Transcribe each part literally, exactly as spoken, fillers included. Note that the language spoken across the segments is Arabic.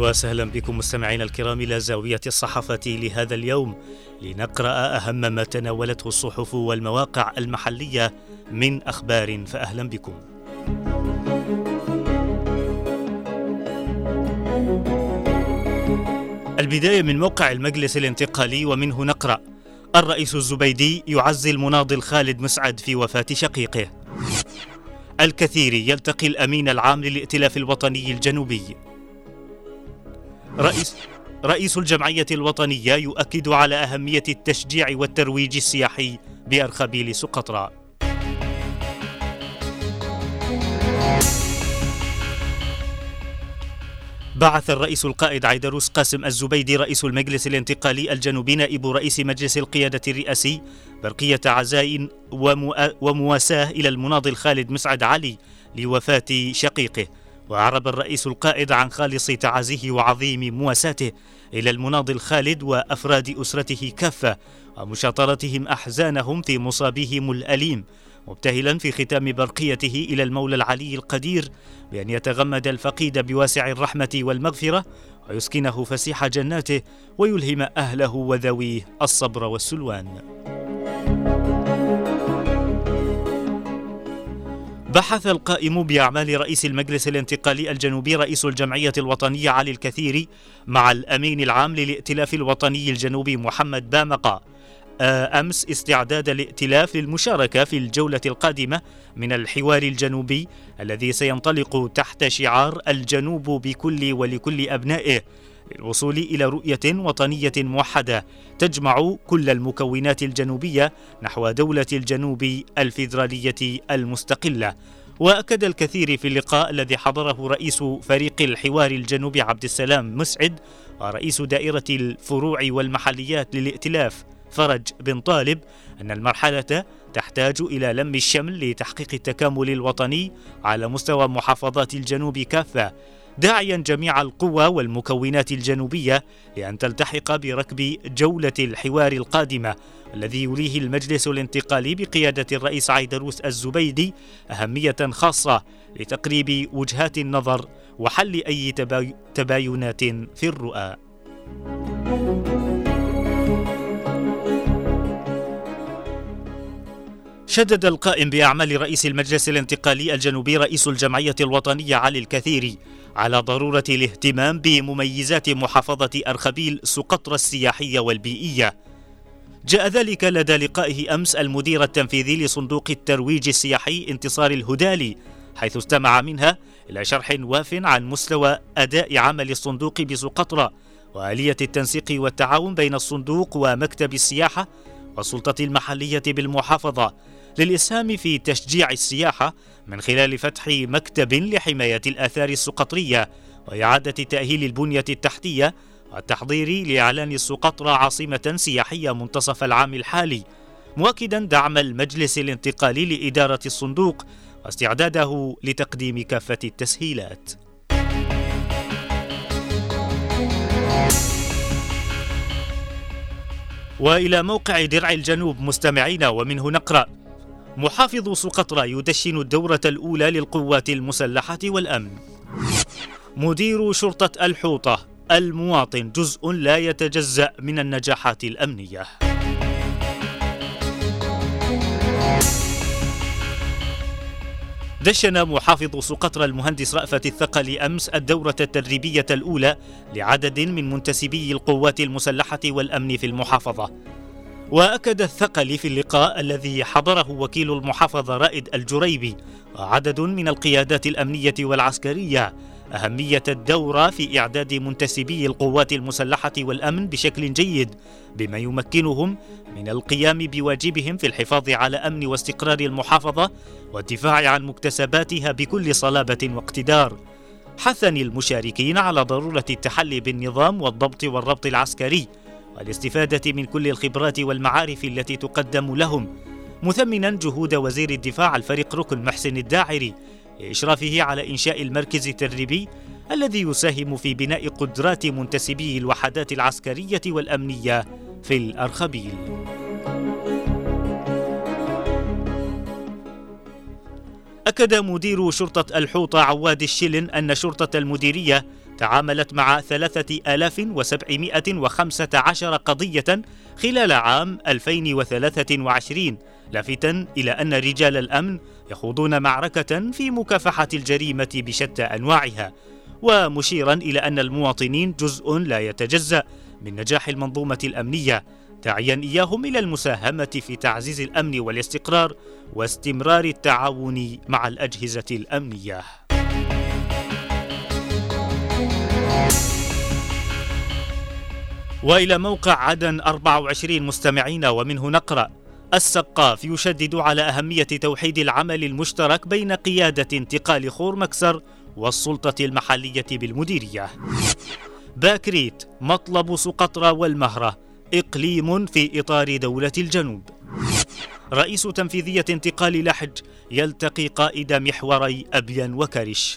وسهلا بكم مستمعينا الكرام إلى زاوية الصحافة لهذا اليوم، لنقرأ أهم ما تناولته الصحف والمواقع المحلية من أخبار، فأهلا بكم. البداية من موقع المجلس الانتقالي، ومنه نقرأ: الرئيس الزبيدي يعزي المناضل خالد مسعد في وفاة شقيقه. الكثير يلتقي الأمين العام للائتلاف الوطني الجنوبي. رئيس رئيس الجمعية الوطنية يؤكد على أهمية التشجيع والترويج السياحي بأرخبيل سقطرى. بعث الرئيس القائد عيدروس قاسم الزبيدي رئيس المجلس الانتقالي الجنوبي نائب رئيس مجلس القيادة الرئاسي برقية عزاء ومواساة إلى المناضل خالد مسعد علي لوفاة شقيقه. وأعرب الرئيس القائد عن خالص تعازيه وعظيم مواساته إلى المناضل خالد وأفراد أسرته كافة، ومشاطرتهم أحزانهم في مصابهم الأليم، مبتهلا في ختام برقيته إلى المولى العلي القدير بأن يتغمد الفقيد بواسع الرحمة والمغفرة، ويسكنه فسيح جناته، ويلهم أهله وذويه الصبر والسلوان. بحث القائم بأعمال رئيس المجلس الانتقالي الجنوبي رئيس الجمعية الوطنية علي الكثير مع الأمين العام للائتلاف الوطني الجنوبي محمد بامقة أمس استعداد الائتلاف للمشاركة في الجولة القادمة من الحوار الجنوبي الذي سينطلق تحت شعار الجنوب بكل ولكل أبنائه، للوصول إلى رؤية وطنية موحدة تجمع كل المكونات الجنوبية نحو دولة الجنوب الفيدرالية المستقلة. وأكد الكثير في اللقاء الذي حضره رئيس فريق الحوار الجنوبي عبد السلام مسعد ورئيس دائرة الفروع والمحليات للائتلاف فرج بن طالب أن المرحلة تحتاج إلى لم الشمل لتحقيق التكامل الوطني على مستوى محافظات الجنوب كافة، داعيا جميع القوى والمكونات الجنوبية لأن تلتحق بركب جولة الحوار القادمة الذي يوليه المجلس الانتقالي بقيادة الرئيس عيدروس الزبيدي أهمية خاصة لتقريب وجهات النظر وحل أي تباي... تباينات في الرؤى. شدد القائم بأعمال رئيس المجلس الانتقالي الجنوبي رئيس الجمعية الوطنية علي الكثير على ضرورة الاهتمام بمميزات محافظة أرخبيل سقطرى السياحية والبيئية. جاء ذلك لدى لقائه أمس المدير التنفيذي لصندوق الترويج السياحي انتصار الهدالي، حيث استمع منها إلى شرح واف عن مستوى أداء عمل الصندوق بسقطرى وآلية التنسيق والتعاون بين الصندوق ومكتب السياحة والسلطة المحلية بالمحافظة للإسهام في تشجيع السياحة من خلال فتح مكتب لحماية الآثار السقطرية وإعادة تأهيل البنية التحتية والتحضير لإعلان سقطرى عاصمة سياحية منتصف العام الحالي، مؤكدا دعم المجلس الانتقالي لإدارة الصندوق واستعداده لتقديم كافة التسهيلات. وإلى موقع درع الجنوب مستمعين، ومنه نقرأ: محافظ سقطرى يدشن الدورة الأولى للقوات المسلحة والأمن. مدير شرطة الحوطة: المواطن جزء لا يتجزأ من النجاحات الأمنية. دشن محافظ سقطرى المهندس رأفت الثقل أمس الدورة التدريبية الأولى لعدد من منتسبي القوات المسلحة والأمن في المحافظة. وأكد الثقل في اللقاء الذي حضره وكيل المحافظة رائد الجريبي وعدد من القيادات الأمنية والعسكرية أهمية الدورة في إعداد منتسبي القوات المسلحة والأمن بشكل جيد، بما يمكنهم من القيام بواجبهم في الحفاظ على أمن واستقرار المحافظة والدفاع عن مكتسباتها بكل صلابة واقتدار. حثني المشاركين على ضرورة التحلي بالنظام والضبط والربط العسكري والاستفادة من كل الخبرات والمعارف التي تقدم لهم، مثمنا جهود وزير الدفاع الفريق ركن محسن الداعري لإشرافه على إنشاء المركز التدريبي الذي يساهم في بناء قدرات منتسبي الوحدات العسكرية والأمنية في الأرخبيل. أكد مدير شرطة الحوطة عواد الشلن أن شرطة المديرية تعاملت مع ثلاثة آلاف وسبعمائة وخمسة عشر قضية خلال عام ألفين وثلاثة وعشرين، لافتا إلى أن رجال الأمن يخوضون معركة في مكافحة الجريمة بشتى أنواعها، ومشيرا إلى أن المواطنين جزء لا يتجزأ من نجاح المنظومة الأمنية، داعيا إياهم إلى المساهمة في تعزيز الأمن والاستقرار واستمرار التعاون مع الأجهزة الأمنية. وإلى موقع عدن أربعة وعشرين مستمعين، ومنه نقرأ: السقاف يشدد على أهمية توحيد العمل المشترك بين قيادة انتقال خور مكسر والسلطة المحلية بالمديرية. باكريت: مطلب سقطرى والمهرة إقليم في إطار دولة الجنوب. رئيس تنفيذية انتقال لحج يلتقي قائد محوري أبين وكرش.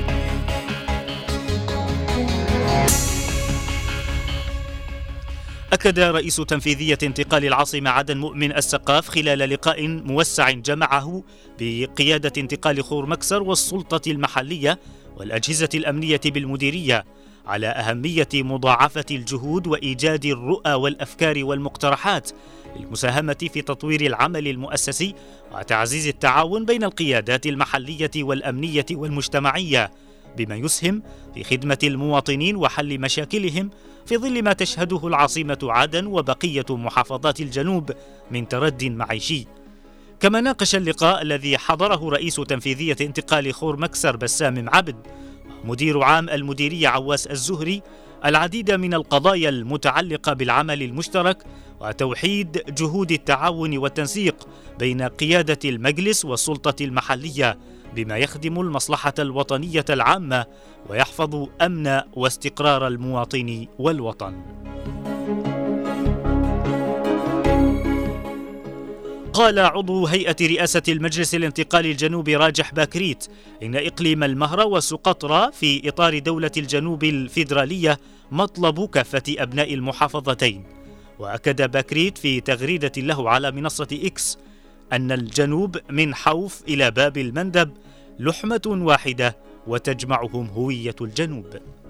أكد رئيس تنفيذية انتقال العاصمة عدن مؤمن السقاف خلال لقاء موسع جمعه بقيادة انتقال خور مكسر والسلطة المحلية والأجهزة الأمنية بالمديرية على أهمية مضاعفة الجهود وإيجاد الرؤى والأفكار والمقترحات للمساهمة في تطوير العمل المؤسسي وتعزيز التعاون بين القيادات المحلية والأمنية والمجتمعية، بما يسهم في خدمة المواطنين وحل مشاكلهم في ظل ما تشهده العاصمة عدن وبقية محافظات الجنوب من ترد معيشي. كما ناقش اللقاء الذي حضره رئيس تنفيذية انتقال خور مكسر بسام عبد مدير عام المديرية عواس الزهري العديد من القضايا المتعلقة بالعمل المشترك وتوحيد جهود التعاون والتنسيق بين قيادة المجلس والسلطة المحلية بما يخدم المصلحة الوطنية العامة ويحفظ أمن واستقرار المواطن والوطن. قال عضو هيئة رئاسة المجلس الانتقالي الجنوبي راجح باكريت إن إقليم المهرة وسقطرى في إطار دولة الجنوب الفيدرالية مطلب كافة أبناء المحافظتين. وأكد باكريت في تغريدة له على منصة إكس أن الجنوب من حوف إلى باب المندب لحمة واحدة وتجمعهم هوية الجنوب.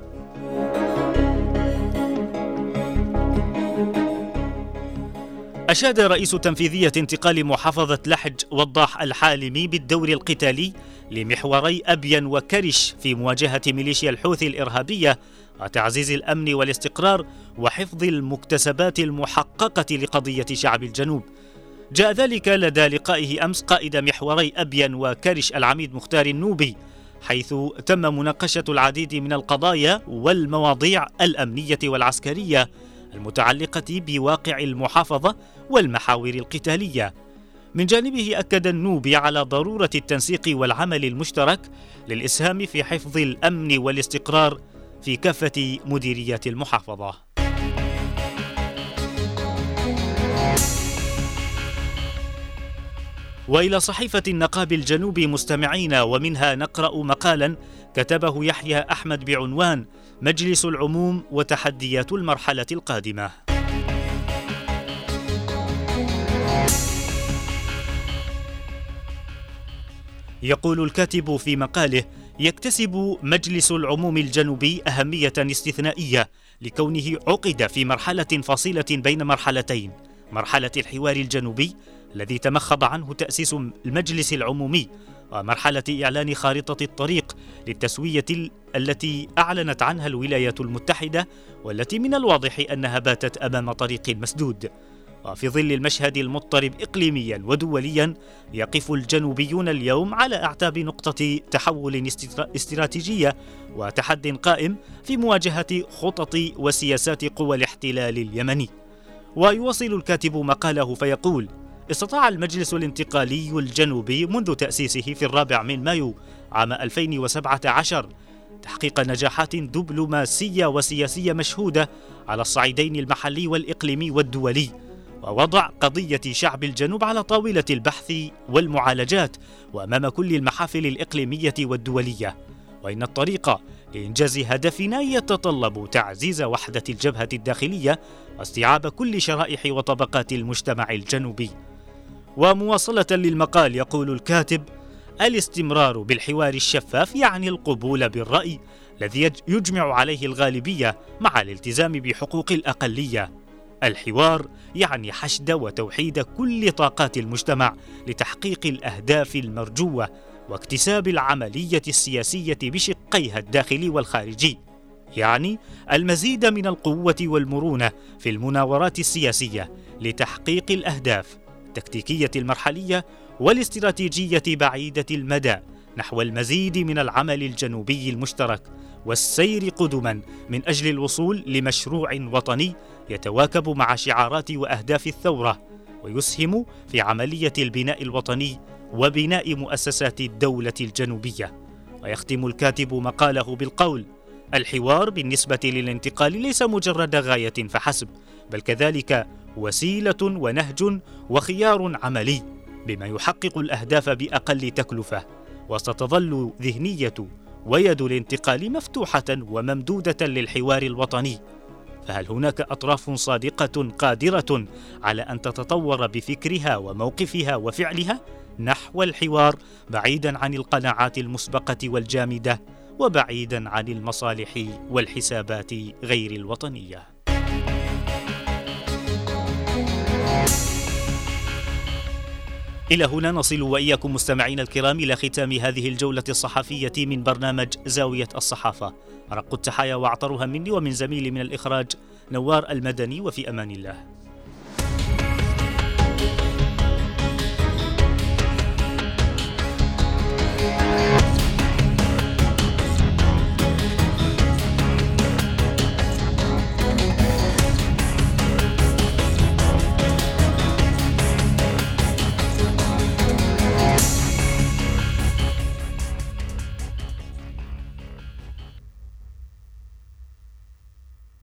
أشاد رئيس تنفيذية انتقال محافظة لحج وضاح الحالمي بالدور القتالي لمحوري أبين وكرش في مواجهة ميليشيا الحوثي الإرهابية وتعزيز الأمن والاستقرار وحفظ المكتسبات المحققة لقضية شعب الجنوب. جاء ذلك لدى لقائه أمس قائد محوري أبين وكرش العميد مختار النوبي، حيث تم مناقشة العديد من القضايا والمواضيع الأمنية والعسكرية المتعلقة بواقع المحافظة والمحاور القتالية. من جانبه أكد النوبي على ضرورة التنسيق والعمل المشترك للإسهام في حفظ الأمن والاستقرار في كافة مديريات المحافظة. وإلى صحيفة النقاب الجنوبي مستمعين، ومنها نقرأ مقالا كتبه يحيى أحمد بعنوان مجلس العموم وتحديات المرحلة القادمة. يقول الكاتب في مقاله: يكتسب مجلس العموم الجنوبي أهمية استثنائية لكونه عقد في مرحلة فاصلة بين مرحلتين، مرحلة الحوار الجنوبي الذي تمخض عنه تأسيس المجلس العمومي، ومرحلة إعلان خارطة الطريق للتسوية التي أعلنت عنها الولايات المتحدة والتي من الواضح أنها باتت أمام طريق مسدود. وفي ظل المشهد المضطرب إقليميا ودوليا يقف الجنوبيون اليوم على أعتاب نقطة تحول استراتيجية وتحد قائم في مواجهة خطط وسياسات قوى الاحتلال اليمني. ويواصل الكاتب مقاله فيقول: استطاع المجلس الانتقالي الجنوبي منذ تأسيسه في الرابع من مايو عام ألفين وسبعة عشر تحقيق نجاحات دبلوماسية وسياسية مشهودة على الصعيدين المحلي والإقليمي والدولي، ووضع قضية شعب الجنوب على طاولة البحث والمعالجات وأمام كل المحافل الإقليمية والدولية. وإن الطريق لإنجاز هدفنا يتطلب تعزيز وحدة الجبهة الداخلية واستيعاب كل شرائح وطبقات المجتمع الجنوبي. ومواصلة للمقال يقول الكاتب: الاستمرار بالحوار الشفاف يعني القبول بالرأي الذي يجمع عليه الغالبية مع الالتزام بحقوق الأقلية. الحوار يعني حشد وتوحيد كل طاقات المجتمع لتحقيق الأهداف المرجوة واكتساب العملية السياسية بشقيها الداخلي والخارجي، يعني المزيد من القوة والمرونة في المناورات السياسية لتحقيق الأهداف التكتيكية المرحلية والاستراتيجية بعيدة المدى نحو المزيد من العمل الجنوبي المشترك والسير قدما من أجل الوصول لمشروع وطني يتواكب مع شعارات وأهداف الثورة ويسهم في عملية البناء الوطني وبناء مؤسسات الدولة الجنوبية. ويختم الكاتب مقاله بالقول: الحوار بالنسبة للانتقال ليس مجرد غاية فحسب، بل كذلك وسيلة ونهج وخيار عملي بما يحقق الأهداف بأقل تكلفة. وستظل ذهنية ويد الانتقال مفتوحة وممدودة للحوار الوطني، فهل هناك أطراف صادقة قادرة على أن تتطور بفكرها وموقفها وفعلها نحو الحوار بعيدا عن القناعات المسبقة والجامدة وبعيدا عن المصالح والحسابات غير الوطنية؟ إلى هنا نصل وإياكم مستمعين الكرام إلى ختام هذه الجولة الصحفية من برنامج زاوية الصحافة. أرق التحايا وأعطرها مني ومن زميلي من الإخراج نوار المدني، وفي أمان الله.